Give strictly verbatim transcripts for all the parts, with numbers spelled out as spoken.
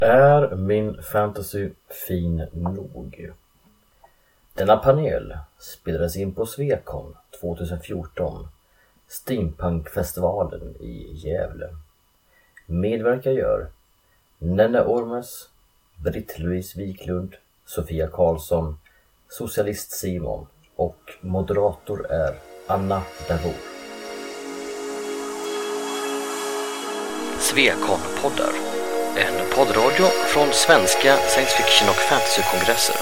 Är min fantasy fin nog? Denna panel spelades in på Svekon tjugohundrafjorton, Steampunkfestivalen i Gävle. Medverkar gör Nenne Ormes, Britt-Louise Wiklund, Sofia Karlsson, Socialist Simon och moderator är Anna Davor. Svekon-poddar, en poddradio från svenska science fiction och fantasy-kongresser.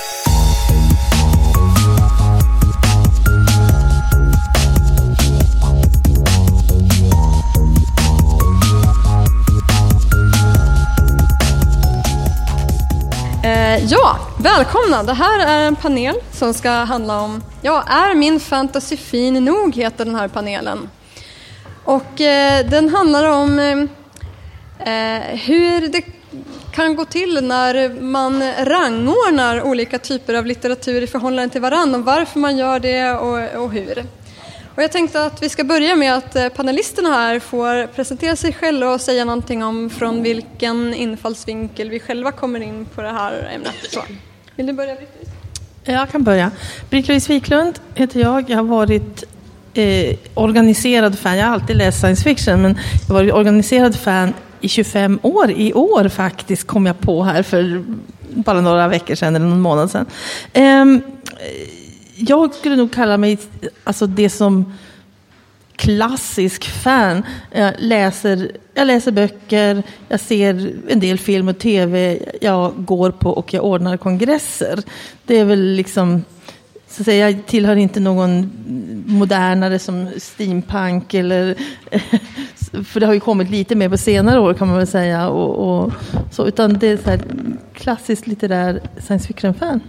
Eh, ja, välkomna! Det här är en panel som ska handla om, ja, är min fantasy fin nog, heter den här panelen. Och eh, den handlar om eh, hur det kan gå till när man rangordnar olika typer av litteratur i förhållande till varandra, och varför man gör det och, och hur. Och jag tänkte att vi ska börja med att panelisterna här får presentera sig själva och säga någonting om från vilken infallsvinkel vi själva kommer in på det här ämnet. Så. Vill du börja, Britt-Louise? Jag kan börja. Britt-Louise Wiklund heter jag. Jag har varit eh, organiserad fan. Jag har alltid läst science fiction, men jag har varit organiserad fan i tjugofem år. I år faktiskt kom jag på här för bara några veckor sedan eller någon månad sedan. Eh, Jag skulle nog kalla mig alltså det som klassisk fan. Jag läser, jag läser böcker, jag ser en del film och tv, jag går på och jag ordnar kongresser. Det är väl liksom, så att säga, jag tillhör inte någon modernare som steampunk eller för det har ju kommit lite mer på senare år kan man väl säga och, och så, utan det är så här klassiskt litterär science fiction fan.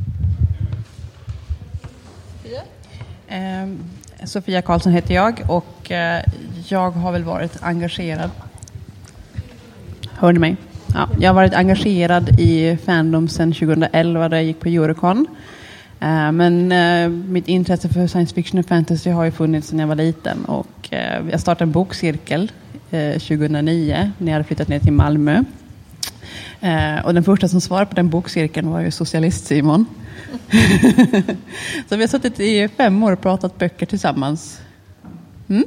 Eh, Sofia Karlsson heter jag och eh, jag har väl varit engagerad. Hör ni mig? Ja, jag har varit engagerad i fandom sedan tjugoelva där jag gick på Eurocon. Eh, men eh, mitt intresse för science fiction och fantasy har ju funnits sedan jag var liten och eh, jag startade en bokcirkel eh, tjugohundranio när jag hade flyttat ner till Malmö. Eh, och den första som svarade på den bokcirkeln var ju Socialist Simon. Så vi har suttit i fem år och pratat böcker tillsammans. Mm?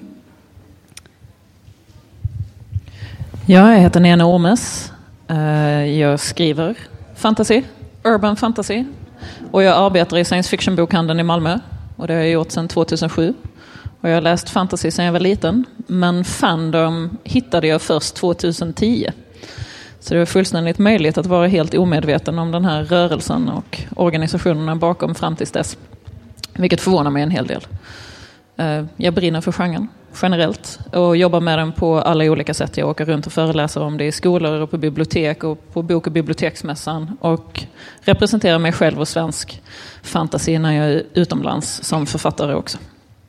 Jag heter Nenne Ormes. Jag skriver fantasy, urban fantasy. Och jag arbetar i science fiction-bokhandeln i Malmö. Och det har jag gjort sedan tjugohundrasju. Och jag har läst fantasy sedan jag var liten. Men fandom hittade jag först tjugohundratio. Så det var fullständigt möjligt att vara helt omedveten om den här rörelsen och organisationerna bakom fram tills dess. Vilket förvånar mig en hel del. Jag brinner för genren generellt och jobbar med den på alla olika sätt. Jag åker runt och föreläser om det i skolor och på bibliotek och på bok- och biblioteksmässan. Och representerar mig själv och svensk fantasy när jag är utomlands som författare också.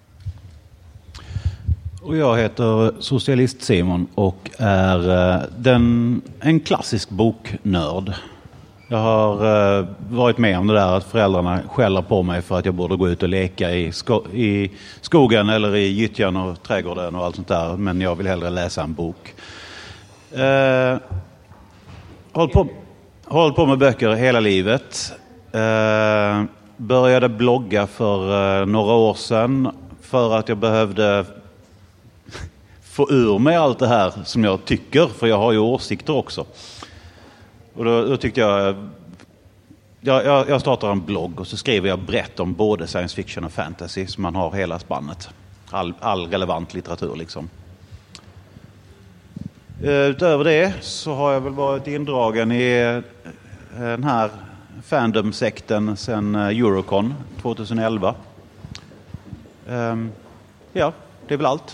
Och jag heter Socialist Simon och är den, en klassisk boknörd. Jag har uh, varit med om det där att föräldrarna skäller på mig för att jag borde gå ut och leka i, sko- i skogen eller i gyttjan och trädgården och allt sånt där. Men jag vill hellre läsa en bok. Uh, håll på, håll på med böcker hela livet. Uh, började blogga för uh, några år sedan för att jag behövde få ur mig allt det här som jag tycker, för jag har ju åsikter också. Och då, då tyckte jag, jag jag startar en blogg och så skriver jag brett om både science fiction och fantasy så man har hela spannet. All, all relevant litteratur liksom. Utöver det så har jag väl varit indragen i den här fandom-sekten sedan Eurocon tjugoelva. Um, ja, det är väl allt.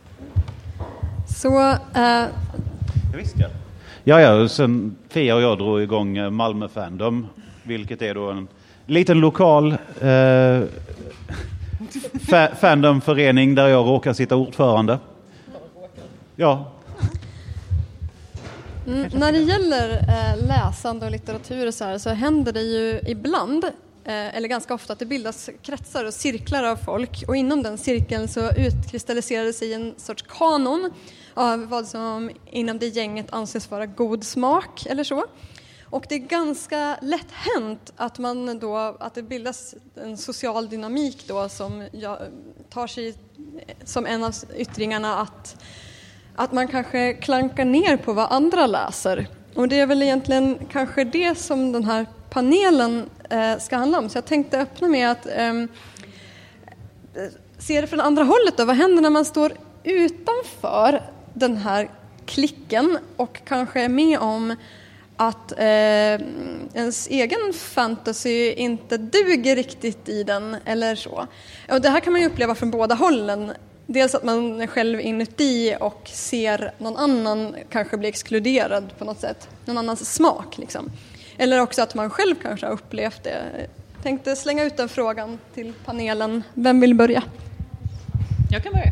Så, uh... Jag visste jag. Ja, ja, sen Fia och jag drog igång Malmö Fandom, vilket är då en liten lokal eh, fa- fandomförening där jag råkar sitta ordförande. Ja. Mm, när det gäller eh, läsande och litteratur och så här, så händer det ju ibland eller ganska ofta, att det bildas kretsar och cirklar av folk. Och inom den cirkeln så utkristalliserar sig en sorts kanon av vad som inom det gänget anses vara god smak eller så. Och det är ganska lätt hänt att, man då, att det bildas en social dynamik då som tar sig som en av yttringarna att, att man kanske klankar ner på vad andra läser. Och det är väl egentligen kanske det som den här panelen eh, ska handla om. Så jag tänkte öppna med att eh, se det från andra hållet då. Vad händer när man står utanför den här klicken och kanske är med om att eh, ens egen fantasy inte duger riktigt i den eller så. Och det här kan man ju uppleva från båda hållen. Dels att man är själv inuti och ser någon annan kanske bli exkluderad på något sätt. Någon annans smak liksom. Eller också att man själv kanske har upplevt det. Jag tänkte slänga ut den frågan till panelen. Vem vill börja? Jag kan börja.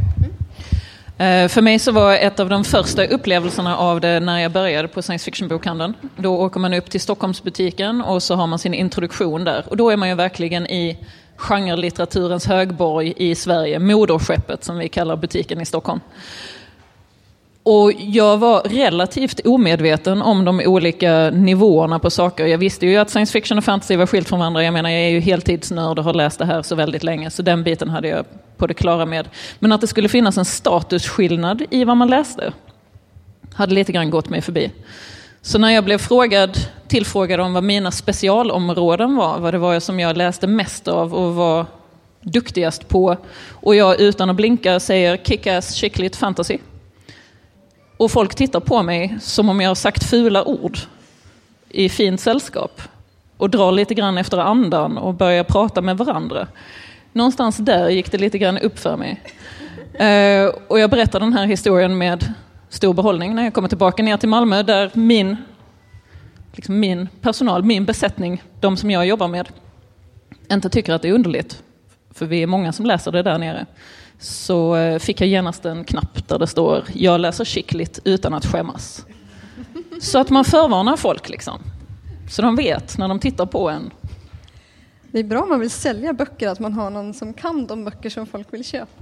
Mm. För mig så var ett av de första upplevelserna av det när jag började på science fiction-bokhandeln. Då åker man upp till Stockholmsbutiken och så har man sin introduktion där. Och då är man ju verkligen i genrelitteraturens högborg i Sverige, moderskeppet som vi kallar butiken i Stockholm. Och jag var relativt omedveten om de olika nivåerna på saker. Jag visste ju att science fiction och fantasy var skilt från varandra. Jag menar, jag är ju heltidsnörd och har läst det här så väldigt länge. Så den biten hade jag på det klara med. Men att det skulle finnas en statusskillnad i vad man läste hade lite grann gått mig förbi. Så när jag blev frågad, tillfrågad om vad mina specialområden var, vad det var som jag läste mest av och var duktigast på, och jag utan att blinka säger kick-ass, chicklit fantasy. Och folk tittar på mig som om jag har sagt fula ord i fint sällskap och drar lite grann efter andan och börjar prata med varandra. Någonstans där gick det lite grann upp för mig. Uh, och jag berättar den här historien med stor behållning när jag kommer tillbaka ner till Malmö, där min, liksom min personal, min besättning, de som jag jobbar med, inte tycker att det är underligt. För vi är många som läser det där nere. Så uh, fick jag genast en knapp där det står jag läser chickligt utan att skämmas. Så att man förvarnar folk liksom. Så de vet när de tittar på en. Det är bra om man vill sälja böcker att man har någon som kan de böcker som folk vill köpa.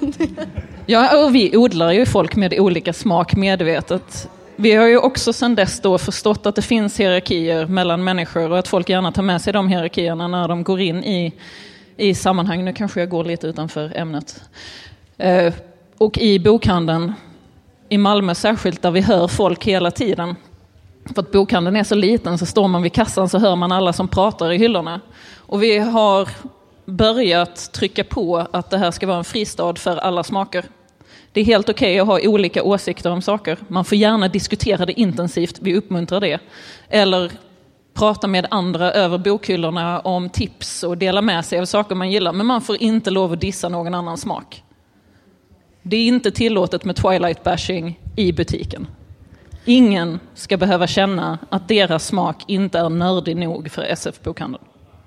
Ja, och vi odlar ju folk med olika smak medvetet. Vi har ju också sedan dess då förstått att det finns hierarkier mellan människor och att folk gärna tar med sig de hierarkierna när de går in i, i sammanhang. Nu kanske jag går lite utanför ämnet. Eh, och i bokhandeln i Malmö särskilt, där vi hör folk hela tiden. För att bokhandeln är så liten, så står man vid kassan så hör man alla som pratar i hyllorna. Och vi har börjat trycka på att det här ska vara en fristad för alla smaker. Det är helt okej okay att ha olika åsikter om saker. Man får gärna diskutera det intensivt, vi uppmuntrar det. Eller prata med andra över bokhyllorna om tips och dela med sig av saker man gillar. Men man får inte lov att dissa någon annan smak. Det är inte tillåtet med Twilight-bashing i butiken. Ingen ska behöva känna att deras smak inte är nördig nog för S F-bokhandeln.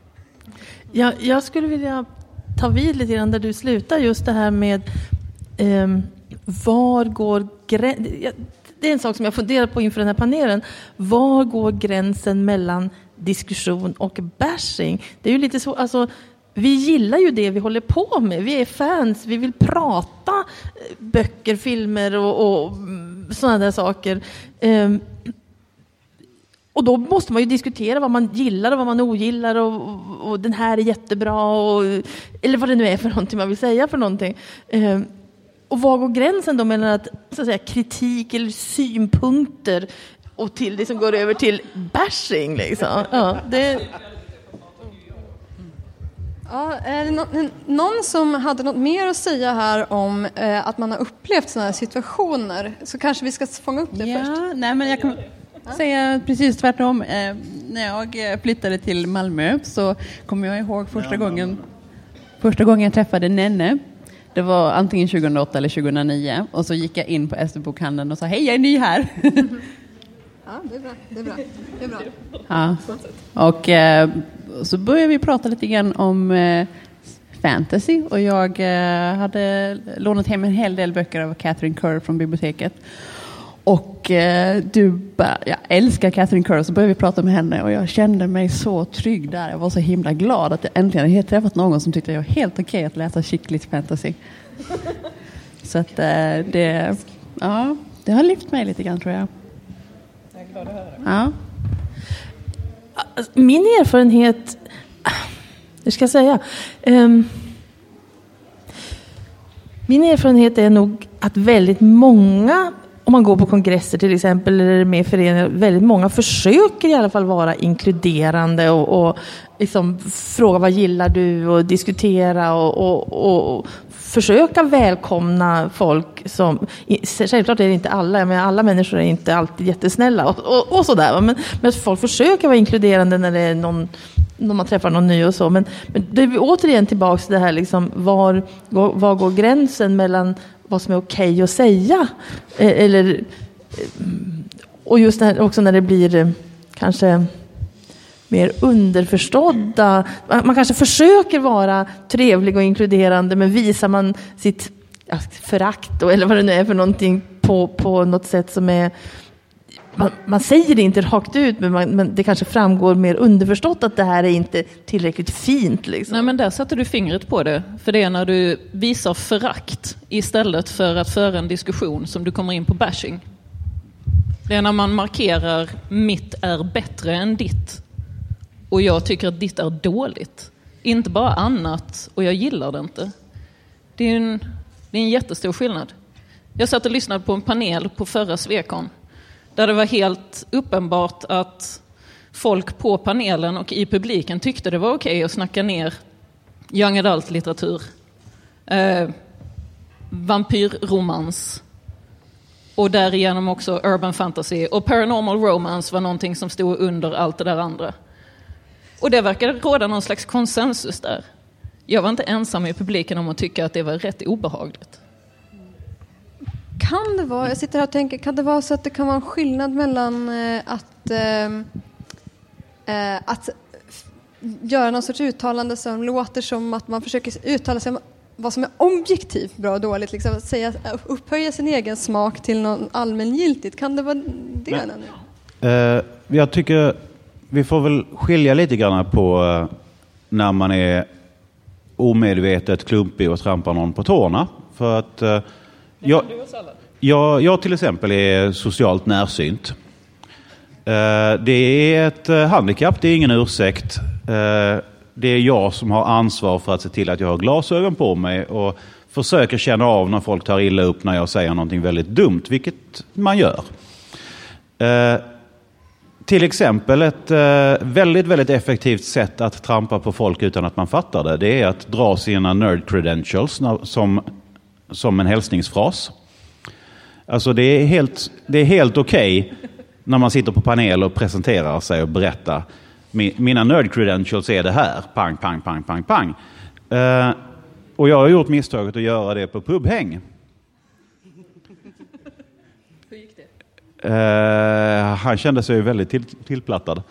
Ja, jag skulle vilja ta vid lite grann där du slutar, just det här med eh, var går gränsen. Det är en sak som jag funderar på inför den här panelen. Var går gränsen mellan diskussion och bashing? Det är ju lite så, alltså, vi gillar ju det vi håller på med. Vi är fans, vi vill prata böcker, filmer och, och sådana där saker. Um, och då måste man ju diskutera vad man gillar och vad man ogillar och, och, och den här är jättebra och, eller vad det nu är för någonting man vill säga för någonting. Um, och var går gränsen då mellan att, så att säga, kritik eller synpunkter och till det som går över till bashing liksom? Ja, det... Ja, är det någon, någon som hade något mer att säga här om eh, att man har upplevt sådana här situationer, så kanske vi ska fånga upp det ja, först. Nej, men jag kan ja. säga precis tvärtom. Eh, när jag flyttade till Malmö så kommer jag ihåg första gången första gången jag träffade Nenne. Det var antingen tjugohundraåtta eller tjugohundranio, och så gick jag in på S F-bokhandeln och sa hej, jag är ny här. Ja, det är bra. Det är bra. Det är bra. Ja. Och eh, så började vi prata lite grann om eh, fantasy, och jag eh, hade lånat hem en hel del böcker av Catherine Kerr från biblioteket. Och eh, du bara, jag älskar Catherine Kerr, så började vi prata med henne och jag kände mig så trygg där. Jag var så himla glad att jag äntligen hade träffat någon som tyckte jag var helt okej okay att läsa chick-lit fantasy. Så att eh, det, ja, det har lyft mig lite grann, tror jag. Jag är glad att höra det. Ja. Min erfarenhet, hur ska jag säga? Um, min erfarenhet är nog att väldigt många, om man går på kongresser till exempel eller med föreningar, väldigt många försöker i alla fall vara inkluderande och, och liksom fråga vad gillar du och diskutera och, och, och försöka välkomna folk som, självklart är det inte alla, men alla människor är inte alltid jättesnälla och, och, och sådär, men, men att folk försöker vara inkluderande när det är någon, när man träffar någon ny och så, men, men det är återigen tillbaka till det här liksom, var, var går gränsen mellan vad som är okej att säga eller, och just det här också när det blir kanske mer underförstådda. Man kanske försöker vara trevlig och inkluderande, men visar man sitt ja, förakt eller vad det nu är för någonting på, på något sätt som är, man, man säger det inte rakt ut, men, man, men det kanske framgår mer underförstått att det här är inte tillräckligt fint. Liksom. Nej, men där sätter du fingret på det. För det är när du visar förakt istället för att föra en diskussion som du kommer in på bashing. Det är när man markerar mitt är bättre än ditt. Och jag tycker att ditt är dåligt. Inte bara annat och jag gillar det inte. Det är en, det är en jättestor skillnad. Jag satt och lyssnade på en panel på förra Svekon. Där det var helt uppenbart att folk på panelen och i publiken tyckte det var okej att snacka ner young adult-litteratur. Eh, vampyrromans. Och därigenom också urban fantasy. Och paranormal romance var någonting som stod under allt det där andra. Och det verkade råda någon slags konsensus där. Jag var inte ensam i publiken om att tycka att det var rätt obehagligt. Kan det vara, jag sitter här och tänker, kan det vara så att det kan vara en skillnad mellan eh, att, eh, eh, att f- göra någon sorts uttalande som låter som att man försöker uttala sig om vad som är objektivt bra och dåligt, liksom att säga, upphöja sin egen smak till någon allmängiltigt. Kan det vara det? Men, eh, jag tycker vi får väl skilja lite grann på eh, när man är omedvetet klumpig och trampar någon på tårna. För att eh, jag, jag, jag till exempel är socialt närsynt. Eh, det är ett eh, handikapp, det är ingen ursäkt. Eh, det är jag som har ansvar för att se till att jag har glasögon på mig och försöker känna av när folk tar illa upp när jag säger någonting väldigt dumt, vilket man gör. Eh, till exempel ett eh, väldigt, väldigt effektivt sätt att trampa på folk utan att man fattar det, det är att dra sina nerd credentials som, som en hälsningsfras. Alltså det är helt, det är helt okej när man sitter på panel och presenterar sig och berättar. Mina nerd credentials är det här. Pang, pang, pang, pang, pang. Uh, och jag har gjort misstaget att göra det på pubhäng. Hur gick det? Uh, han kände sig väldigt till, tillplattad.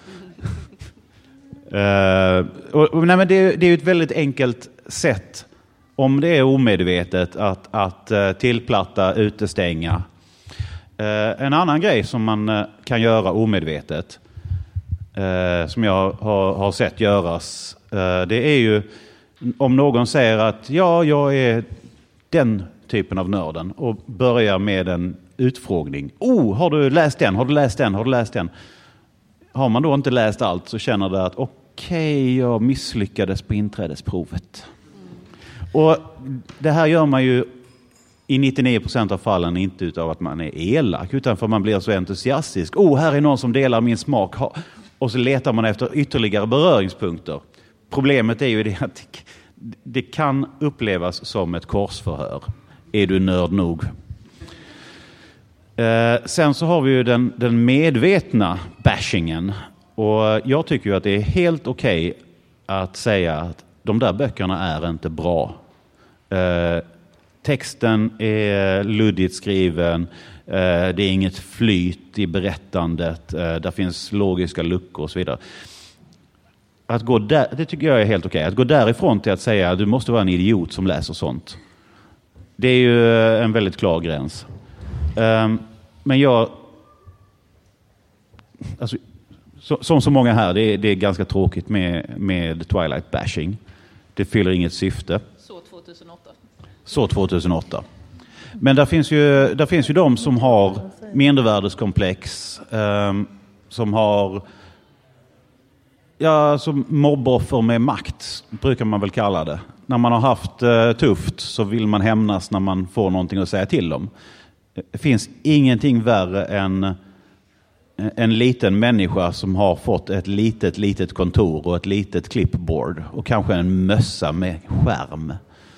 uh, och, och, nej, men det, det är ju ett väldigt enkelt sätt, om det är omedvetet, att, att uh, tillplatta, utestänga. Uh, en annan grej som man uh, kan göra omedvetet, Uh, som jag har, har sett göras, uh, det är ju om någon säger att ja, jag är den typen av nörden och börjar med en utfrågning. Oh, har du läst den? Har du läst den? Har du läst den? Har man då inte läst allt så känner det att okej, okay, jag misslyckades på inträdesprovet. Mm. Och det här gör man ju i nittionio procent av fallen inte utav att man är elak, utan för att man blir så entusiastisk. Oh, här är någon som delar min smak. Och så letar man efter ytterligare beröringspunkter. Problemet är ju det att det kan upplevas som ett korsförhör. Är du nörd nog? Eh, sen så har vi ju den, den medvetna bashingen. Och jag tycker ju att det är helt okej okay att säga att de där böckerna är inte bra. Eh, texten är luddigt skriven. Uh, det är inget flyt i berättandet. Uh, där finns logiska luckor och så vidare. Att gå där, det tycker jag är helt okej. Att gå därifrån till att säga att du måste vara en idiot som läser sånt. Det är ju en väldigt klar gräns. Um, men jag... Alltså, så, som så många här, det är, det är ganska tråkigt med, med Twilight bashing. Det fyller inget syfte. Så tjugohundraåtta. Så tjugohundraåtta. Men där finns ju, där finns ju de som har mindervärdeskomplex, eh, som har ja, som mobboffer med makt, brukar man väl kalla det. När man har haft eh, tufft så vill man hämnas när man får någonting att säga till om. Det finns ingenting värre än en liten människa som har fått ett litet, litet kontor och ett litet clipboard och kanske en mössa med skärm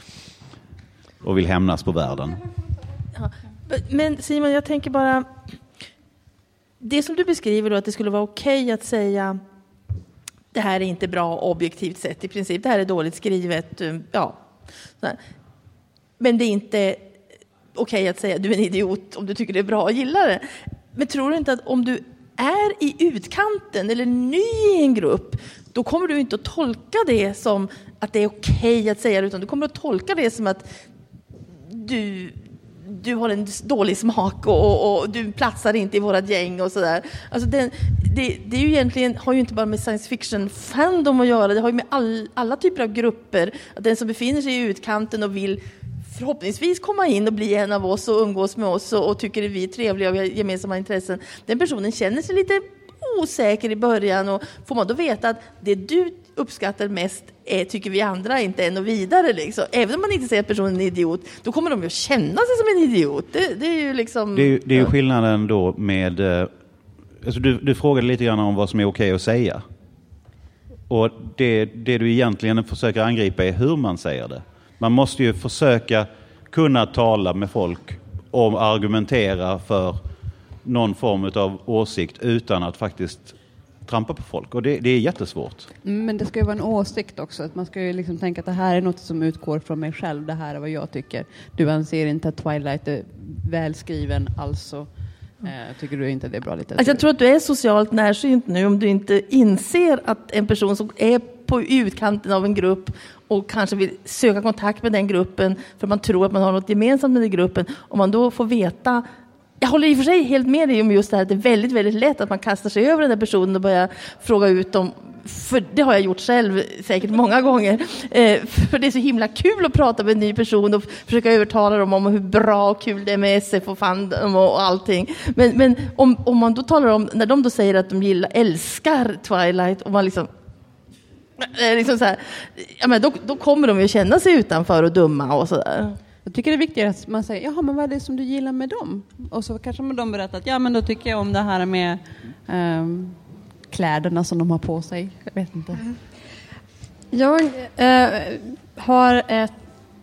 och vill hämnas på världen. Ja, men Simon, jag tänker bara, det som du beskriver då, att det skulle vara okej att säga det här är inte bra objektivt sett i princip, det här är dåligt skrivet, ja. Men det är inte okej att säga du är en idiot om du tycker det är bra och gillar det. Men tror du inte att om du är i utkanten eller ny i en grupp, då kommer du inte att tolka det som att det är okej att säga det, utan du kommer att tolka det som att du, du har en dålig smak och, och, och du platsar inte i vårat gäng och sådär. Alltså det, det, det är ju egentligen, har ju inte bara med science fiction fandom att göra, det har ju med all, alla typer av grupper. Att den som befinner sig i utkanten och vill förhoppningsvis komma in och bli en av oss och umgås med oss och, och tycker att vi är trevliga och vi har gemensamma intressen. Den personen känner sig lite osäker i början, och får man då veta att det du uppskattar mest är, tycker vi andra inte än och vidare liksom. Även om man inte säger att personen är en idiot, då kommer de ju att känna sig som en idiot. Det, det är ju liksom... Det är, det är ju skillnaden då med... Alltså du, du frågade lite grann om vad som är okej att säga. Och det, det du egentligen försöker angripa är hur man säger det. Man måste ju försöka kunna tala med folk och argumentera för någon form av åsikt utan att faktiskt trampa på folk. Och det, det är jättesvårt. Men det ska ju vara en åsikt också. Att man ska ju liksom tänka att det här är något som utgår från mig själv. Det här är vad jag tycker. Du anser inte att Twilight är välskriven, alltså eh, tycker du inte det är bra litteratur? Alltså jag tror att du är socialt närsynt nu om du inte inser att en person som är på utkanten av en grupp och kanske vill söka kontakt med den gruppen för man tror att man har något gemensamt med den gruppen, om man då får veta. Jag håller i och för sig helt med dig om just det här att det är väldigt, väldigt lätt att man kastar sig över den där personen och börjar fråga ut dem. För det har jag gjort själv säkert många gånger. Eh, för det är så himla kul att prata med en ny person och försöka övertala dem om hur bra och kul det är med S F och fandom och allting. Men, men om, om man då talar om, när de då säger att de gillar, älskar Twilight och man liksom... liksom så här, ja, men då, då kommer de ju känna sig utanför och dumma och sådär. Jag tycker det är viktigt att man säger, jaha, men vad är det som du gillar med dem? Och så kanske man de berättar att ja, men då tycker jag om det här med um, kläderna som de har på sig. Jag vet inte. Mm. Jag eh, har ett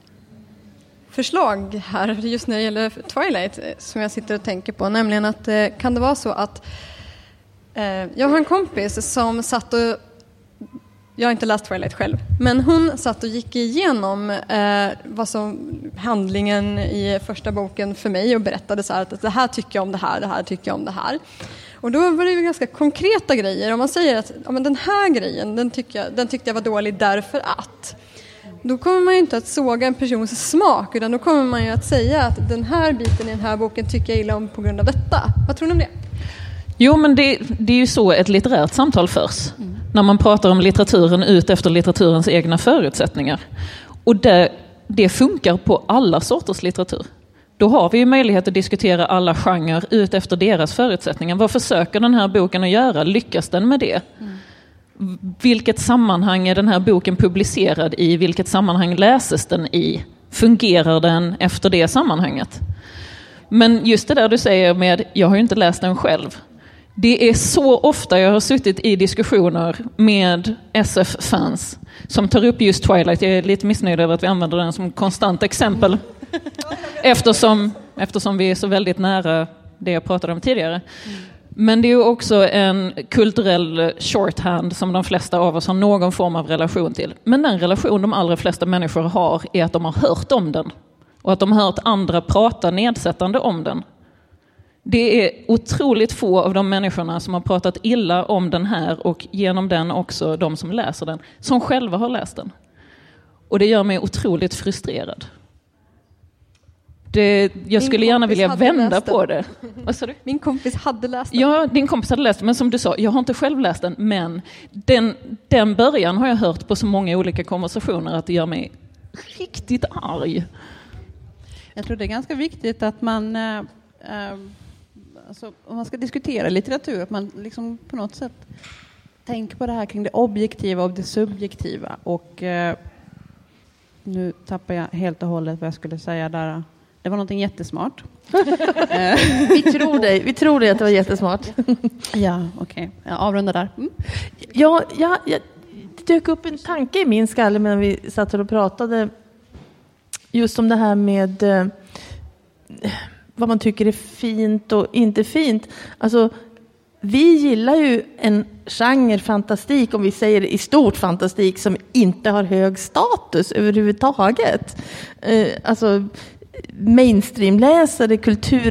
förslag här just när det gäller Twilight som jag sitter och tänker på. Nämligen att eh, kan det vara så att eh, jag har en kompis som satt och jag har inte läst Twilight själv, men hon satt och gick igenom eh, vad som handlingen i första boken för mig och berättade så här att det här tycker jag om det här, det här tycker jag om det här. Och då var det ju ganska konkreta grejer. Om man säger att ja, men den här grejen, den, tycker jag, den tyckte jag var dålig därför att. Då kommer man ju inte att såga en persons smak, utan då kommer man ju att säga att den här biten i den här boken tycker jag illa om på grund av detta. Vad tror ni om det? Jo, men det, det är ju så ett litterärt samtal förs. Mm. När man pratar om litteraturen ut efter litteraturens egna förutsättningar. Och det, det funkar på alla sorters litteratur. Då har vi ju möjlighet att diskutera alla genrer ut efter deras förutsättningar. Vad försöker den här boken att göra? Lyckas den med det? Mm. Vilket sammanhang är den här boken publicerad i? Vilket sammanhang läses den i? Fungerar den efter det sammanhanget? Men just det där du säger med, jag har ju inte läst den själv. Det är så ofta jag har suttit i diskussioner med S F-fans som tar upp just Twilight. Jag är lite missnöjd över att vi använder den som konstant exempel. Eftersom, eftersom vi är så väldigt nära det jag pratade om tidigare. Men det är ju också en kulturell shorthand som de flesta av oss har någon form av relation till. Men den relation de allra flesta människor har är att de har hört om den. Och att de har hört andra prata nedsättande om den. Det är otroligt få av de människorna som har pratat illa om den här och genom den också de som läser den, som själva har läst den. Och det gör mig otroligt frustrerad. Det, jag skulle gärna vilja vända på det. Vad sa du? Min kompis hade läst den. Ja, din kompis hade läst den, men som du sa, jag har inte själv läst den, men den, den början har jag hört på så många olika konversationer att det gör mig riktigt arg. Jag tror det är ganska viktigt att man, äh, äh, alltså, om man ska diskutera litteratur, att man liksom på något sätt tänker på det här kring det objektiva och det subjektiva. Och äh, nu tappar jag helt och hållet vad jag skulle säga där. Det var någonting jättesmart. vi tror dig, vi tror dig att det var jättesmart. Ja, okej. Okay. Jag avrundar där. Mm. Ja, ja, ja, det dök upp en tanke i min skalle medan vi satt och pratade just om det här med eh, vad man tycker är fint och inte fint. Alltså, vi gillar ju en genre fantastik, om vi säger i stort fantastik, som inte har hög status överhuvudtaget. Eh, alltså mainstreamläsare,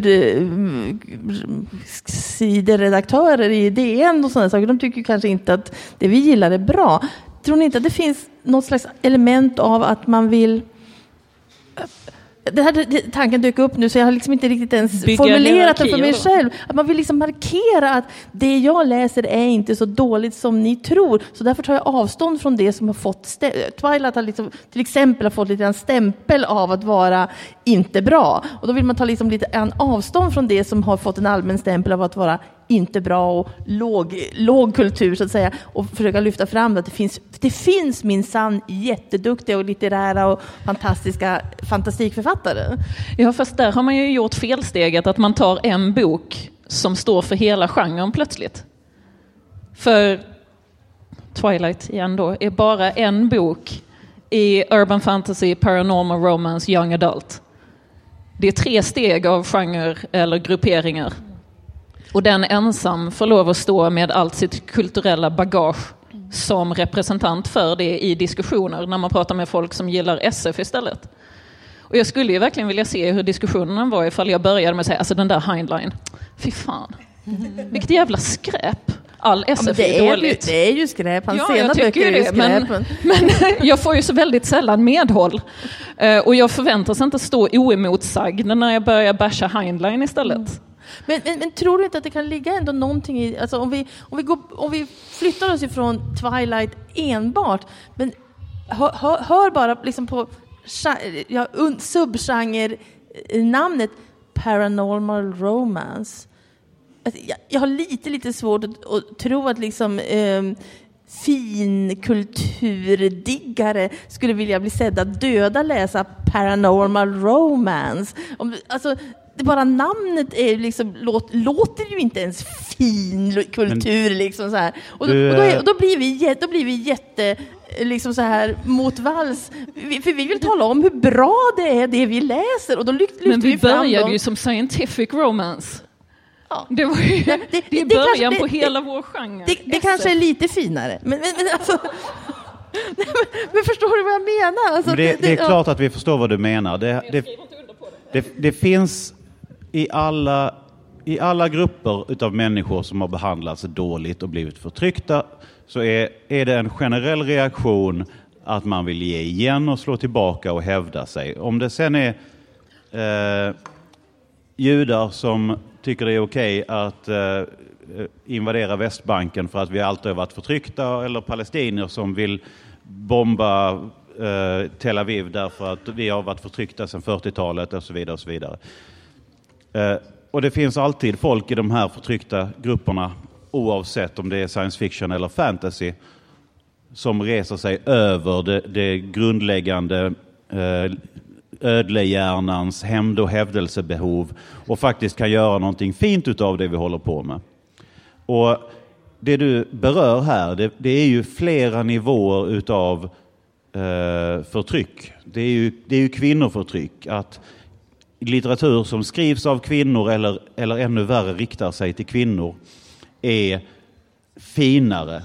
kultursideredaktörer i D N och sådana saker, de tycker kanske inte att det vi gillar är bra. Tror ni inte att det finns något slags element av att man vill... Det här det, tanken dök upp nu så jag har liksom inte riktigt ens Bygga formulerat den för mig själv. Att man vill liksom markera att det jag läser är inte så dåligt som ni tror. Så därför tar jag avstånd från det som har fått... Stä- Twilight har liksom, till exempel har fått lite en stämpel av att vara inte bra. Och då vill man ta liksom lite en avstånd från det som har fått en allmän stämpel av att vara inte bra och låg, låg kultur så att säga, och försöka lyfta fram att det finns, det finns minsann jätteduktiga och litterära och fantastiska fantastikförfattare. Ja, fast där har man ju gjort felsteget att man tar en bok som står för hela genren plötsligt. För Twilight igen då är bara en bok i urban fantasy, paranormal romance, young adult. Det är tre steg av genre eller grupperingar. Och den ensam får lov att stå med allt sitt kulturella bagage som representant för det i diskussioner när man pratar med folk som gillar S F istället. Och jag skulle ju verkligen vilja se hur diskussionen var ifall jag började med att säga, alltså den där Hindline, fy fan, vilket jävla skräp. All S F ja, det är dåligt. Ju, det är ju skräp, hans ja, sena böcker är ju skräp. Men, men jag får ju så väldigt sällan medhåll. Uh, och jag förväntas inte stå oemotsagd när jag börjar basha Hindline istället. Mm. Men, men, men tror du inte att det kan ligga ändå någonting i, alltså om vi, om vi, går, om vi flyttar oss ifrån Twilight enbart, men hör, hör, hör bara liksom på ja, subgenre namnet paranormal romance. Alltså, jag, jag har lite lite svårt att, att tro att liksom eh, finkulturdiggare skulle vilja bli sedda döda läsa paranormal romance. Om, alltså det bara namnet är liksom, låt, låter ju inte ens fin kultur. Men, liksom så här. Och, då, och, då, är, och då blir vi, då blir vi jätte liksom så här mot vals. För vi vill tala om hur bra det är det vi läser. Och då lyft, lyfter Men vi, vi fram började dem. ju som scientific romance. Ja. Det var ju det, det, det, det början kanske, på det, hela det, vår genre. Det, det kanske är lite finare. Men, men, men alltså... men, men förstår du vad jag menar? Alltså, men det, det, det är ja. klart att vi förstår vad du menar. Det, det, det, det finns i alla, i alla grupper utav människor som har behandlats dåligt och blivit förtryckta, så är, är det en generell reaktion att man vill ge igen och slå tillbaka och hävda sig. Om det sen är eh, judar som tycker det är okej att eh, invadera Västbanken för att vi alltid har varit förtryckta, eller palestinier som vill bomba eh, Tel Aviv därför att vi har varit förtryckta sedan fyrtiotalet och så vidare och så vidare. Eh, och det finns alltid folk i de här förtryckta grupperna, oavsett om det är science fiction eller fantasy, som reser sig över det, det grundläggande eh, ödlehjärnans hämnd- och hävdelsebehov och faktiskt kan göra någonting fint utav det vi håller på med. Och det du berör här, det, det är ju flera nivåer utav eh, förtryck. Det är ju, det är ju kvinnoförtryck. Att litteratur som skrivs av kvinnor eller, eller ännu värre riktar sig till kvinnor är finare.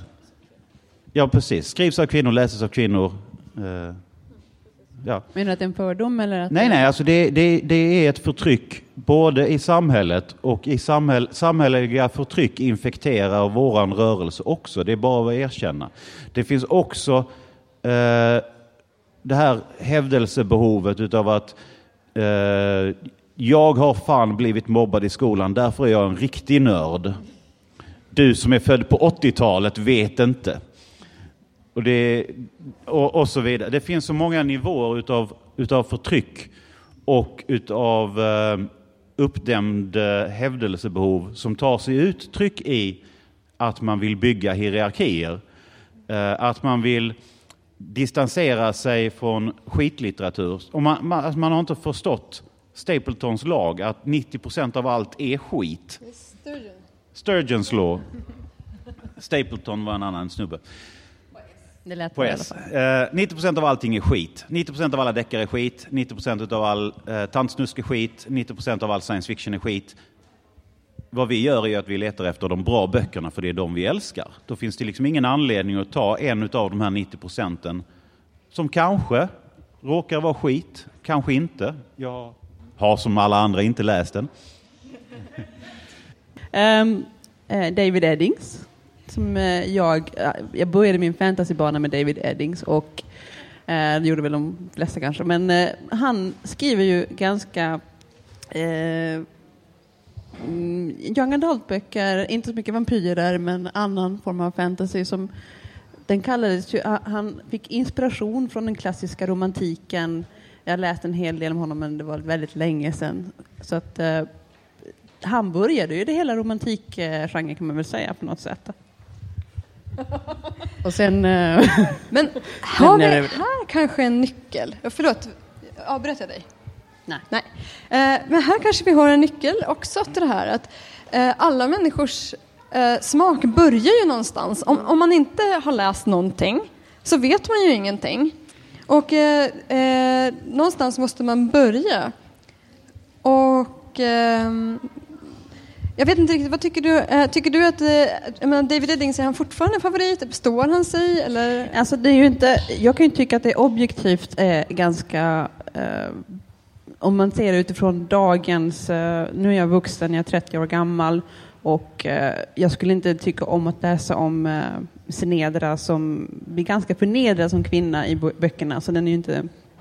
Ja, precis. Skrivs av kvinnor, läses av kvinnor. Eh, ja. Menar du att det är en fördom? Eller att nej, det... nej. Alltså det, det, det är ett förtryck både i samhället och i samhäll, samhälleliga förtryck infekterar våran rörelse också. Det är bara att erkänna. Det finns också eh, det här hävdelsebehovet utav att Eh, jag har fan blivit mobbad i skolan, därför är jag en riktig nörd. Du som är född på åttiotalet vet inte. Och, det, och, och så vidare. Det finns så många nivåer utav, utav förtryck och utav eh, uppdämd eh, hävdelsebehov som tar sig uttryck i att man vill bygga hierarkier. Eh, att man vill distansera sig från skitlitteratur. Och man, man, alltså man har inte förstått Stapletons lag att nittio procent av allt är skit. Sturgeon. Sturgeons law. Stapleton var en annan snubbe. Det lät På S. Eh, nittio procent av allting är skit. nittio procent av alla deckare är skit. nittio procent av all eh, tantsnusk är skit. nittio procent av all science fiction är skit. Vad vi gör är att vi letar efter de bra böckerna, för det är de vi älskar. Då finns det liksom ingen anledning att ta en av de här nittio procenten som kanske råkar vara skit, kanske inte. Jag har som alla andra inte läst den. Um, eh, David Eddings. Som eh, jag, jag började min fantasybana med David Eddings och eh, det gjorde väl de flesta kanske. Men eh, han skriver ju ganska eh, young adult-böcker, inte så mycket vampyrer men annan form av fantasy som den kallades ju, han fick inspiration från den klassiska romantiken. Jag läste en hel del om honom men det var väldigt länge sedan. Så att eh, han började ju det hela romantikgenren kan man väl säga på något sätt. Och sen eh, Men har vi Men, eh, här kanske en nyckel? Förlåt, avbröt jag dig? Nej. Nej. Eh, men här kanske vi har en nyckel också till det här att eh, alla människors eh, smak börjar ju någonstans. Om, om man inte har läst någonting så vet man ju ingenting. Och eh, eh, någonstans måste man börja. Och eh, jag vet inte riktigt, vad tycker du? Eh, tycker du att eh, menar, David Eddings, är han fortfarande en favorit? Består han sig? Eller? Alltså det är ju inte, jag kan ju tycka att det objektivt är ganska eh, om man ser det utifrån dagens, eh, nu är jag vuxen, jag är trettio år gammal och eh, jag skulle inte tycka om att läsa om eh, Sinedra som blir ganska förnedrad som kvinna i böckerna, så den är ju inte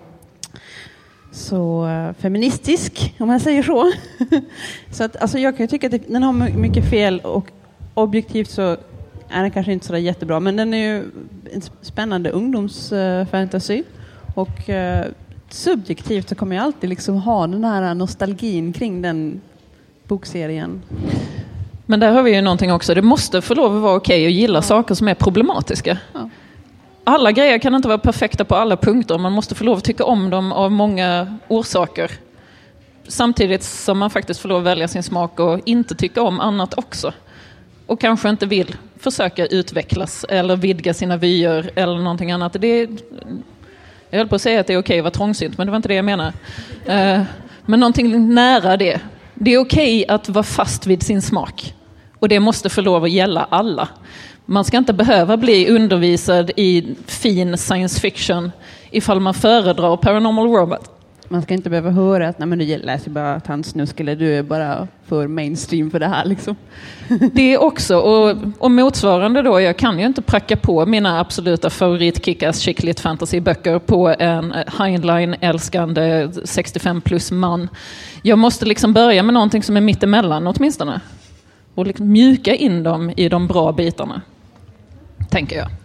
så uh, feministisk om man säger så. Så att, alltså jag kan ju tycka att den har mycket fel och objektivt så är den kanske inte så där jättebra, men den är ju en spännande ungdomsfantasy uh, och uh, subjektivt så kommer jag alltid liksom ha den här nostalgin kring den bokserien. Men där har vi ju någonting också. Det måste få lov att vara okej att gilla ja. saker som är problematiska. Ja. Alla grejer kan inte vara perfekta på alla punkter. Man måste få lov att tycka om dem av många orsaker. Samtidigt som man faktiskt får lov att välja sin smak och inte tycka om annat också. Och kanske inte vill försöka utvecklas eller vidga sina vyer eller någonting annat. Det är, jag höll på att säga att det är okej att vara trångsynt, men det var inte det jag menar. Men någonting nära det. Det är okej att vara fast vid sin smak. Och det måste få lov att gälla alla. Man ska inte behöva bli undervisad i fin science fiction ifall man föredrar Paranormal Robot. Man ska inte behöva höra att nej, men du läser bara tantsnusk eller du är bara för mainstream för det här. Liksom. Det är också, och, och motsvarande då, jag kan ju inte pracka på mina absoluta favorit-kickass chicklit fantasy-böcker på en Heinlein-älskande sextiofem plus man. Jag måste liksom börja med någonting som är mittemellan åtminstone. Och liksom mjuka in dem i de bra bitarna, tänker jag.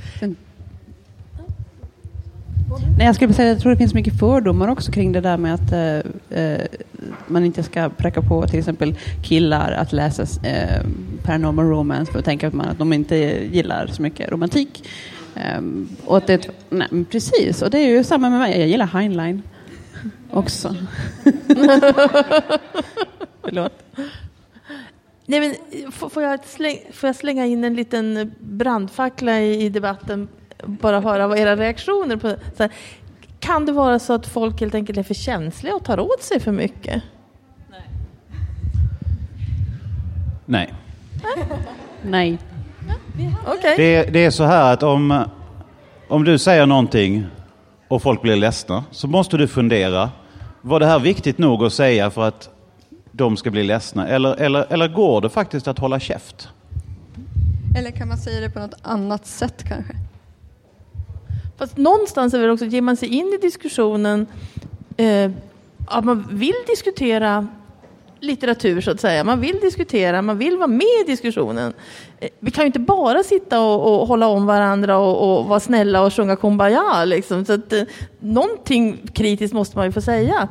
Nej, jag skulle säga att jag tror det finns mycket fördomar också kring det där med att eh, man inte ska pracka på till exempel killar att läsa eh, Paranormal Romance för att tänka att, man, att de inte gillar så mycket romantik. Eh, och att det, nej, precis, och det är ju samma med mig. Jag gillar Heinlein också. Förlåt. Nej, men, får, jag släng, får jag slänga in en liten brandfackla i, i debatten? Bara höra vad era reaktioner på så här, kan det vara så att folk helt enkelt är för känsliga och tar åt sig för mycket? Nej. Nej. Nej. Okay. Det, det är så här att om, om du säger någonting och folk blir ledsna så måste du fundera, var det här viktigt nog att säga för att de ska bli ledsna? Eller, eller, eller går det faktiskt att hålla käft? Eller kan man säga det på något annat sätt kanske? Fast någonstans är väl också, ger man sig in i diskussionen eh, att man vill diskutera litteratur så att säga. Man vill diskutera, man vill vara med i diskussionen. Vi kan ju inte bara sitta och, och hålla om varandra och, och vara snälla och sjunga kumbaya liksom. Så att eh, någonting kritiskt måste man ju få säga.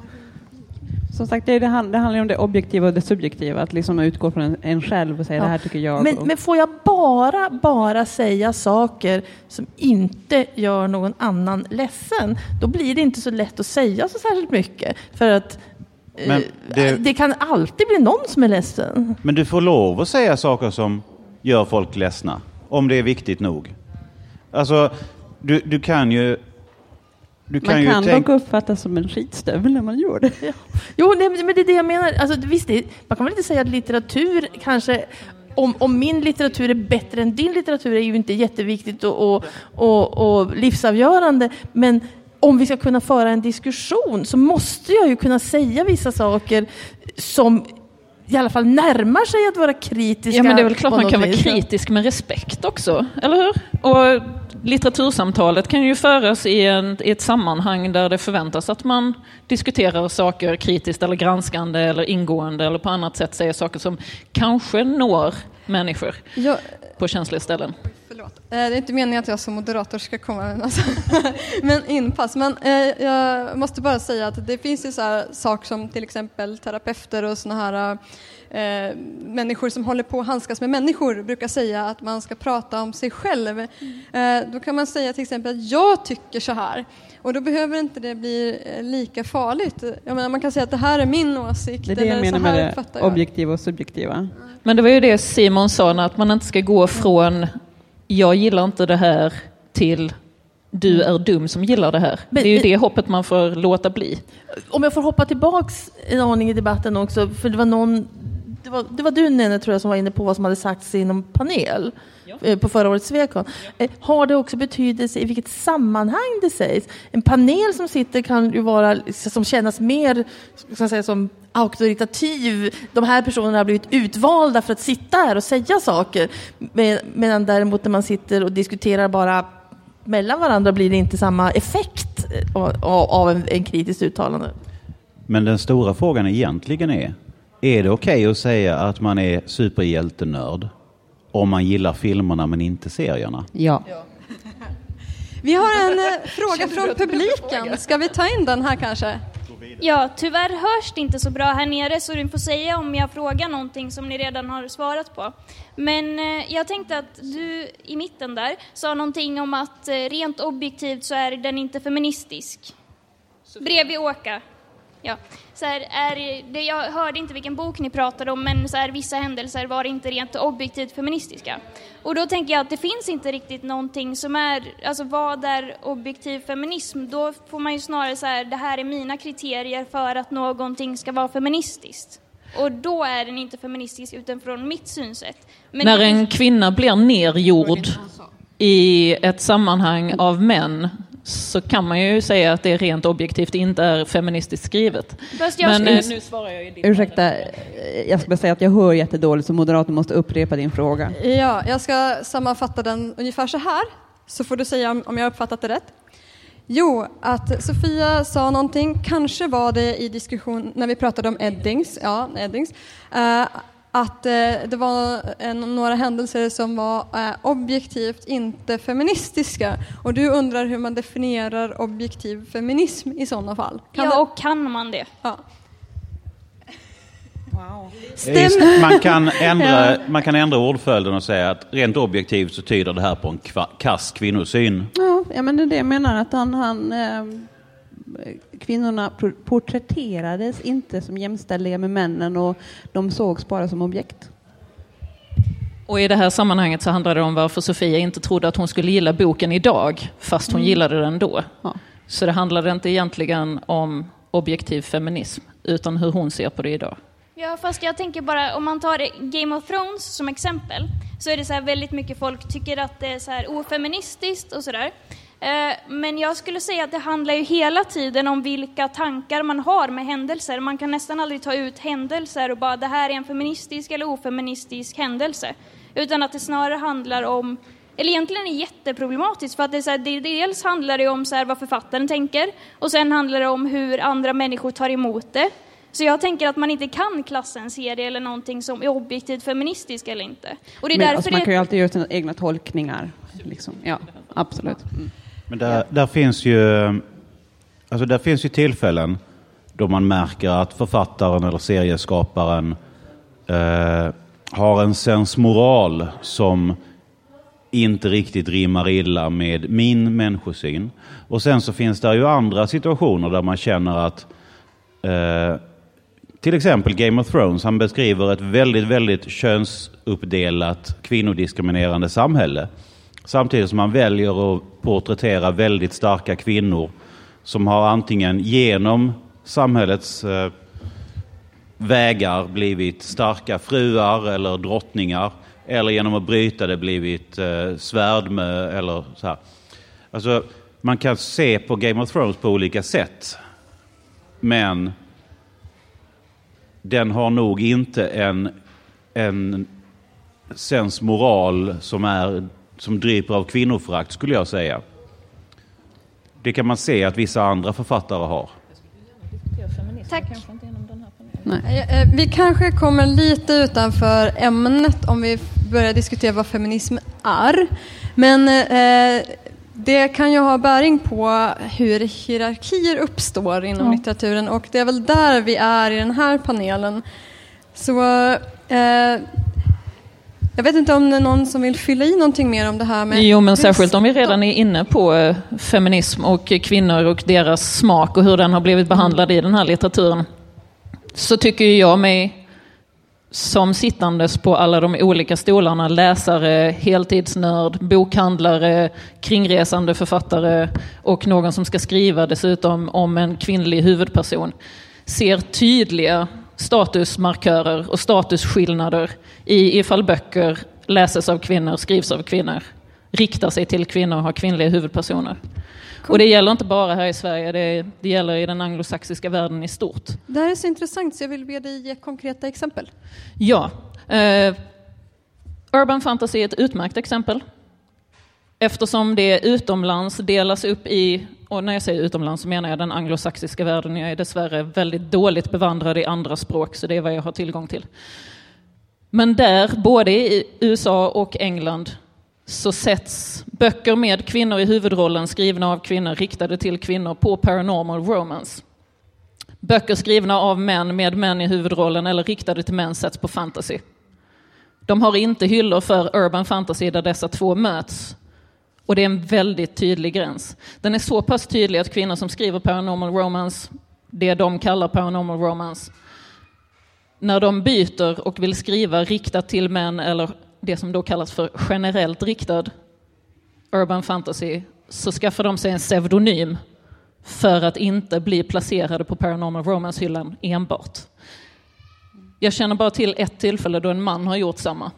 Som sagt, det, det, hand, det handlar om det objektiva och det subjektiva. Att liksom utgå från en, en själv och säga ja. Det här tycker jag. Men, och... men får jag bara, bara säga saker som inte gör någon annan ledsen, då blir det inte så lätt att säga så särskilt mycket. För att Men det... det kan alltid bli någon som är ledsen. Men du får lov att säga saker som gör folk ledsna. Om det är viktigt nog. Alltså, du, du kan ju... Du kan man ju kan tänk... dock uppfattas som en skitstövel när man gör det. Ja. Jo, nej, men det är det jag menar. Alltså, visst, det, man kan väl inte säga att litteratur kanske... Om, om min litteratur är bättre än din litteratur är ju inte jätteviktigt och, och, och, och livsavgörande. Men om vi ska kunna föra en diskussion så måste jag ju kunna säga vissa saker som i alla fall närmar sig att vara kritiska. Ja, men det är väl klart man kan vis. vara kritisk med respekt också, eller hur? Och litteratursamtalet kan ju föras i, en, i ett sammanhang där det förväntas att man diskuterar saker kritiskt eller granskande eller ingående eller på annat sätt säger saker som kanske når människor Jag... på känsliga ställen. Förlåt. Det är inte meningen att jag som moderator ska komma med alltså. men inpass. Men eh, jag måste bara säga att det finns ju så här saker som till exempel terapeuter och såna här eh, människor som håller på att handskas med människor brukar säga att man ska prata om sig själv. Eh, då kan man säga till exempel att jag tycker så här. Och då behöver inte det bli lika farligt. Jag menar, man kan säga att det här är min åsikt. Det är det jag menar med det objektiva och subjektiva. Men det var ju det Simon sa, att man inte ska gå från jag gillar inte det här till du är dum som gillar det här. Men, det är ju det hoppet man får låta bli. Om jag får hoppa tillbaks en aning i debatten också, för det var någon det var, det var du Nene tror jag som var inne på vad som hade sagts inom panel ja. på förra årets Svekon. Har det också betydelse i vilket sammanhang det sägs? En panel som sitter kan ju vara som kännas mer ska jag säga, som auktoritativ. De här personerna har blivit utvalda för att sitta här och säga saker. Medan däremot när man sitter och diskuterar bara mellan varandra blir det inte samma effekt av en, en kritiskt uttalande. Men den stora frågan egentligen är, är det okej okay att säga att man är superhjältenörd om man gillar filmerna men inte serierna? Ja. Vi har en eh, fråga från publiken. Ska vi ta in den här kanske? Ja, tyvärr hörs det inte så bra här nere så du får säga om jag frågar någonting som ni redan har svarat på. Men eh, jag tänkte att du i mitten där sa någonting om att eh, rent objektivt så är den inte feministisk. Bredvid Åka. Ja, så här, är det, jag hörde inte vilken bok ni pratade om, men så här, vissa händelser var inte rent objektivt feministiska. Och då tänker jag att det finns inte riktigt någonting som är, alltså vad är objektiv feminism? Då får man ju snarare så här, det här är mina kriterier för att någonting ska vara feministiskt. Och då är den inte feministisk utifrån mitt synsätt. Men när en kvinna blir nergjord i ett sammanhang av män så kan man ju säga att det rent objektivt inte är feministiskt skrivet. Men nu svarar jag ju din. Ursäkta, jag ska bara säga att jag hör jättedåligt så moderaten måste upprepa din fråga. Ja, jag ska sammanfatta den ungefär så här. Så får du säga om jag har uppfattat det rätt. Jo, att Sofia sa någonting, kanske var det i diskussion när vi pratade om Eddings, ja, Eddings, uh, att uh, det var en, några händelser som var uh, objektivt inte feministiska. Och du undrar hur man definierar objektiv feminism i sådana fall. Kan ja, det? Och kan man det? Ja. Wow. Stäm- man, kan ändra, ja. man kan ändra ordföljden och säga att rent objektivt så tyder det här på en kva- kass kvinnosyn. Ja, ja, men det är det jag menar. Att han, han, eh, kvinnorna porträtterades inte som jämställiga med männen och de sågs bara som objekt. Och i det här sammanhanget så handlar det om varför Sofia inte trodde att hon skulle gilla boken idag fast hon mm. gillade den då. Ja. Så det handlade inte egentligen om objektiv feminism utan hur hon ser på det idag. Ja, fast jag tänker bara, om man tar Game of Thrones som exempel så är det så här väldigt mycket folk tycker att det är så här ofeministiskt och sådär. Eh, men jag skulle säga att det handlar ju hela tiden om vilka tankar man har med händelser. Man kan nästan aldrig ta ut händelser och bara det här är en feministisk eller ofeministisk händelse. Utan att det snarare handlar om eller egentligen är jätteproblematiskt, för att det är så här, det, dels handlar det om så här vad författaren tänker, och sen handlar det om hur andra människor tar emot det. Så jag tänker att man inte kan klassa en serie eller någonting som är objektivt feministiskt eller inte. Och det är Men, därför alltså, man det... kan ju alltid göra sina egna tolkningar. Liksom. Ja, absolut. Mm. Men där, där finns ju alltså där finns ju tillfällen då man märker att författaren eller serieskaparen eh, har en sensmoral som inte riktigt rimmar illa med min människosyn. Och sen så finns det ju andra situationer där man känner att eh, till exempel Game of Thrones, han beskriver ett väldigt, väldigt könsuppdelat kvinnodiskriminerande samhälle. Samtidigt som man väljer att porträttera väldigt starka kvinnor som har antingen genom samhällets eh, vägar blivit starka fruar eller drottningar, eller genom att bryta det blivit eh, svärdmö eller så här. Alltså, man kan se på Game of Thrones på olika sätt, men den har nog inte en, en sensmoral som är som dryper av kvinnoförakt, skulle jag säga. Det kan man se att vissa andra författare har. Tack. Nej. Vi kanske kommer lite utanför ämnet om vi börjar diskutera vad feminism är. Men eh, det kan ju ha bäring på hur hierarkier uppstår inom ja. litteraturen. Och det är väl där vi är i den här panelen. Så... Eh, Jag vet inte om det är någon som vill fylla i någonting mer om det här med... Jo, men särskilt om vi redan är inne på eh, feminism och kvinnor och deras smak och hur den har blivit behandlad i den här litteraturen. Så tycker jag mig som sittandes på alla de olika stolarna, läsare, heltidsnörd, bokhandlare, kringresande författare och någon som ska skriva dessutom om en kvinnlig huvudperson, ser tydliga statusmarkörer och statusskillnader i ifall böcker läses av kvinnor, skrivs av kvinnor, riktar sig till kvinnor och har kvinnliga huvudpersoner. Cool. Och det gäller inte bara här i Sverige, det, det gäller i den anglosaxiska världen i stort. Det här är så intressant så jag vill be dig ge konkreta exempel. Ja, eh, urban fantasy är ett utmärkt exempel. Eftersom det utomlands delas upp i, och när jag säger utomlands så menar jag den anglosaxiska världen. Jag är dessvärre väldigt dåligt bevandrad i andra språk, så det är vad jag har tillgång till. Men där, både i U S A och England, så sätts böcker med kvinnor i huvudrollen skrivna av kvinnor, riktade till kvinnor, på paranormal romance. Böcker skrivna av män med män i huvudrollen eller riktade till män sätts på fantasy. De har inte hyllor för urban fantasy där dessa två möts. Och det är en väldigt tydlig gräns. Den är så pass tydlig att kvinnor som skriver paranormal romance, det de kallar paranormal romance, när de byter och vill skriva riktat till män eller det som då kallas för generellt riktad urban fantasy, så skaffar de sig en pseudonym för att inte bli placerade på paranormal romance-hyllan enbart. Jag känner bara till ett tillfälle då en man har gjort samma.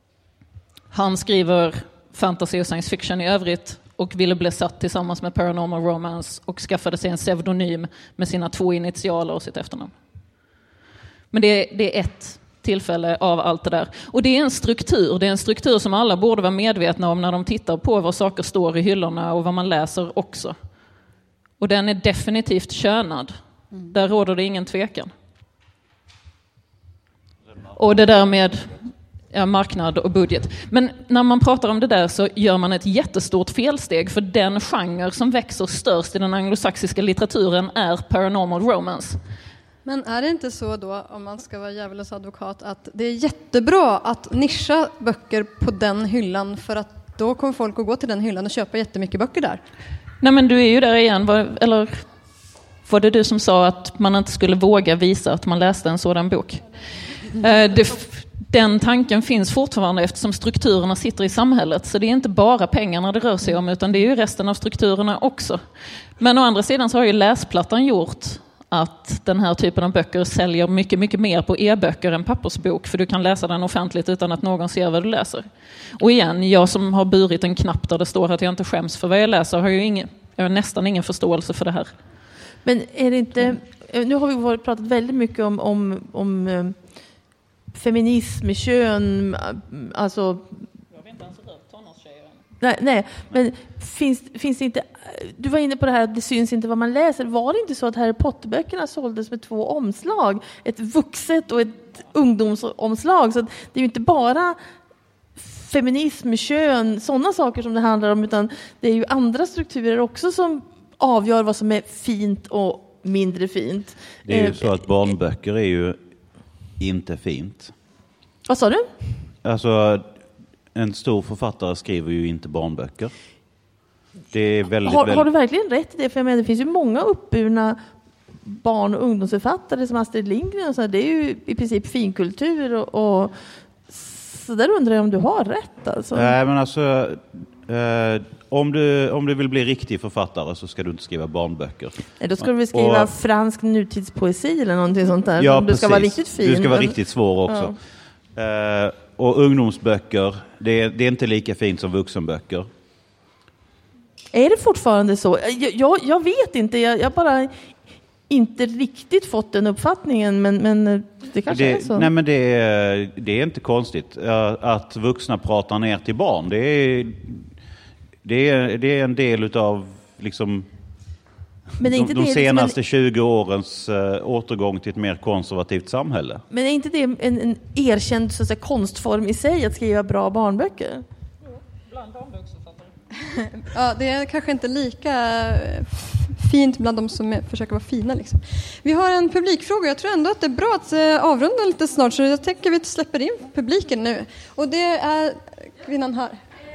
Han skriver fantasy och science fiction i övrigt och ville bli satt tillsammans med paranormal romance och skaffade sig en pseudonym med sina två initialer och sitt efternamn. Men det är, det är ett tillfälle av allt det där. Och det är en struktur. Det är en struktur som alla borde vara medvetna om när de tittar på vad saker står i hyllorna och vad man läser också. Och den är definitivt könad. Mm. Där råder det ingen tvekan. Och det där med ja, marknad och budget. Men när man pratar om det där så gör man ett jättestort felsteg, för den genre som växer störst i den anglosaxiska litteraturen är paranormal romance. Men är det inte så då, om man ska vara djävulens advokat, att det är jättebra att nischa böcker på den hyllan, för att då kommer folk att gå till den hyllan och köpa jättemycket böcker där? Nej, men du är ju där igen. Var, eller var det du som sa att man inte skulle våga visa att man läste en sådan bok? Eh, det, den tanken finns fortfarande eftersom strukturerna sitter i samhället. Så det är inte bara pengarna det rör sig om, utan det är ju resten av strukturerna också. Men å andra sidan så har ju läsplattan gjort att den här typen av böcker säljer mycket, mycket mer på e-böcker än pappersbok, för du kan läsa den offentligt utan att någon ser vad du läser. Och igen, jag som har burit en knapp där det står att jag inte skäms för vad jag läser har ju ingen, jag har nästan ingen förståelse för det här. Men är det inte, nu har vi pratat väldigt mycket om, om, om um, feminism, kön, alltså... Nej, nej, men finns, finns det inte... Du var inne på det här att det syns inte vad man läser. Var det inte så att Harry Potter-böckerna såldes med två omslag? Ett vuxet och ett ungdomsomslag. Så det är ju inte bara feminism, kön, sådana saker som det handlar om, utan det är ju andra strukturer också som avgör vad som är fint och mindre fint. Det är ju så att barnböcker är ju inte fint. Vad sa du? Alltså, en stor författare skriver ju inte barnböcker. Det är väldigt, har, väldigt... har du verkligen rätt i det? För jag menar, det finns ju många uppburna barn- och ungdomsförfattare som Astrid Lindgren och så. Det är ju i princip finkultur och, och så där undrar jag om du har rätt alltså. Nej, men alltså eh, om, du, om du vill bli riktig författare så ska du inte skriva barnböcker. Nej, då ska du väl skriva och, fransk nutidspoesi eller någonting sånt där. Ja, du ska vara riktigt fin. Du ska vara men... riktigt svår också. Ja. Eh, och ungdomsböcker, det är, det är inte lika fint som vuxenböcker. Är det fortfarande så? Jag, jag, jag vet inte, jag, jag bara inte riktigt fått den uppfattningen, men, men det kanske det, är så. Nej, men det är, det är inte konstigt att vuxna pratar ner till barn. Det är, det är, det är en del av liksom, men är inte de, de det senaste liksom en... tjugo årens uh, återgång till ett mer konservativt samhälle. Men är inte det en, en erkänd så att säga, konstform i sig att skriva bra barnböcker? Bland barnboksförfattare. Ja, det är kanske inte lika fint bland de som är, försöker vara fina. Liksom. Vi har en publikfråga. Jag tror ändå att det är bra att eh, avrunda lite snart, så jag tänker att vi släpper in publiken nu. Och det är kvinnan här.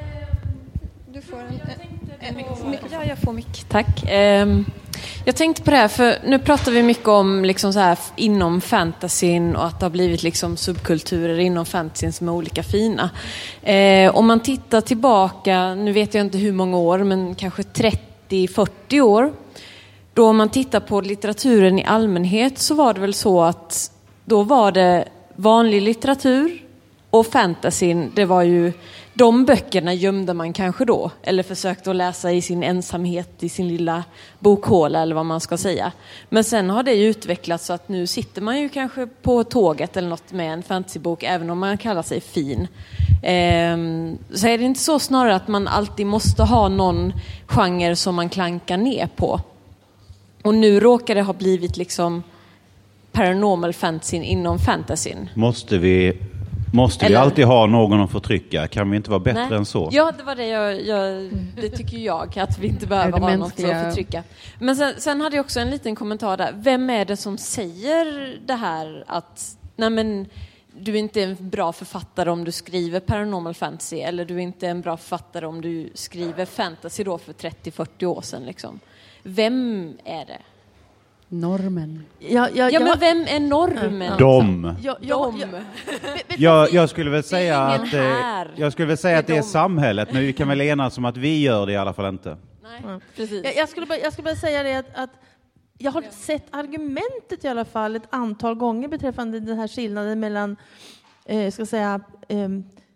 Du får en, en, en mikrofon. Ja, jag får mick. Tack. Um, jag tänkte på det här, för nu pratar vi mycket om liksom så här, inom fantasyn och att det har blivit liksom subkulturer inom fantasyn som är olika fina. Uh, om man tittar tillbaka, nu vet jag inte hur många år, men kanske trettio fyrtio år, då om man tittar på litteraturen i allmänhet så var det väl så att då var det vanlig litteratur och fantasyn, det var ju de böckerna gömde man kanske då, eller försökte att läsa i sin ensamhet i sin lilla bokhåla eller vad man ska säga. Men sen har det ju utvecklats så att nu sitter man ju kanske på tåget eller något med en fantasybok, även om man kallar sig fin. Ehm, så är det inte så snarare att man alltid måste ha någon genre som man klankar ner på. Och nu råkar det ha blivit liksom paranormal fantasy inom fantasyn. Måste vi Måste Eller... vi alltid ha någon att förtrycka? Kan vi inte vara bättre Nej. än så? Ja, det var det jag, jag det tycker jag, att vi inte behöver ha något att förtrycka. Men sen, sen hade jag också en liten kommentar där. Vem är det som säger det här att nej men, du är inte en bra författare om du skriver paranormal fantasy, eller du är inte en bra författare om du skriver fantasy då för trettio fyrtio år sedan liksom. Vem är det? Normen. Ja, ja, ja, men vem är normen? De. Ja, ja, ja. Jag, jag skulle väl säga att här. jag skulle väl säga att det är samhället, men vi kan väl enas om att vi gör det i alla fall inte. Nej, precis. Jag, jag, skulle bara, jag skulle bara säga det att, att jag har sett argumentet i alla fall ett antal gånger beträffande den här skillnaden mellan eh, ska säga eh,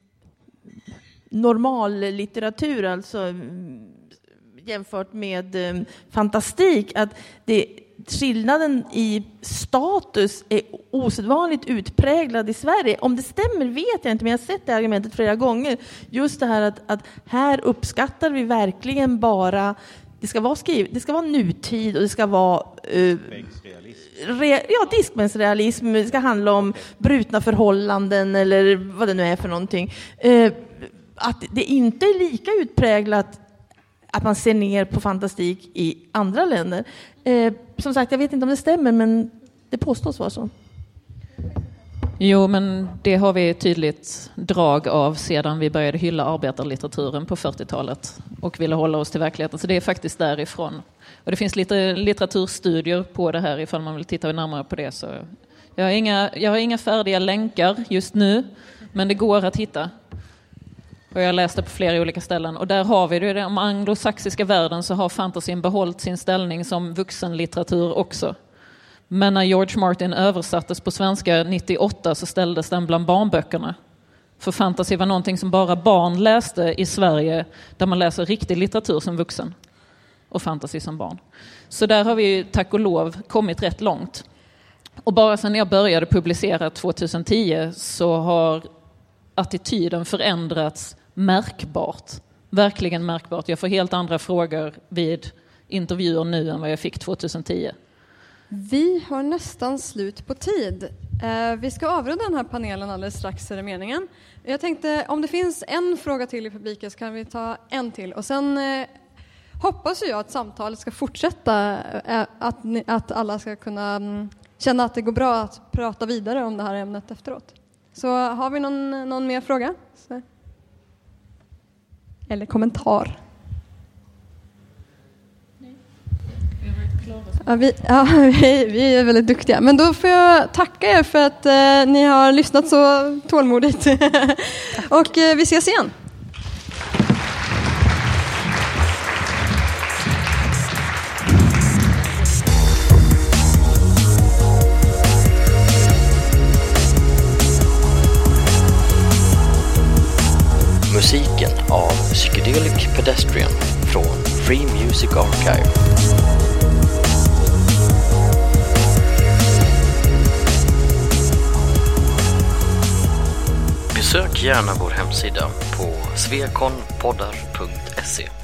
normal litteratur, alltså jämfört med eh, fantastik, att det skillnaden i status är osedvanligt utpräglad i Sverige. Om det stämmer vet jag inte, men jag har sett det argumentet flera gånger. Just det här att, att här uppskattar vi verkligen bara, det ska vara skrivet, det ska vara nutid och det ska vara uh, re, ja, diskbänksrealism, det ska handla om brutna förhållanden eller vad det nu är för någonting. Uh, att det inte är lika utpräglat att man ser ner på fantastik i andra länder. Eh, som sagt, jag vet inte om det stämmer, men det påstås vara så. Jo, men det har vi tydligt drag av sedan vi började hylla arbetarlitteraturen på fyrtiotalet och ville hålla oss till verkligheten. Så det är faktiskt därifrån. Och det finns lite litteraturstudier på det här ifall man vill titta närmare på det. Så jag har inga, jag har inga färdiga länkar just nu, men det går att hitta. Och jag läste på flera olika ställen. Och där har vi det. Om anglosaxiska världen så har fantasyn behållit sin ställning som vuxenlitteratur också. Men när George Martin översattes på svenska nittioåtta så ställdes den bland barnböckerna. För fantasy var någonting som bara barn läste i Sverige, där man läser riktig litteratur som vuxen. Och fantasy som barn. Så där har vi tack och lov kommit rätt långt. Och bara sedan jag började publicera tjugohundratio så har attityden förändrats märkbart verkligen märkbart. Jag får helt andra frågor vid intervjuer nu än vad jag fick tjugohundratio. Vi har nästan slut på tid. Eh, vi ska avrunda den här panelen alldeles strax, är det meningen. Jag tänkte, om det finns en fråga till i publiken så kan vi ta en till. Och sen eh, hoppas jag att samtalet ska fortsätta, eh, att, ni, att alla ska kunna mm, känna att det går bra att prata vidare om det här ämnet efteråt. Så har vi någon, någon mer fråga? Så. Eller kommentar? Ja, vi, ja, vi, vi är väldigt duktiga. Men då får jag tacka er för att eh, ni har lyssnat så tålmodigt. Och eh, vi ses igen. Musiken av Psychedelic Pedestrian från Free Music Archive. Besök gärna vår hemsida på svekonpoddar punkt se.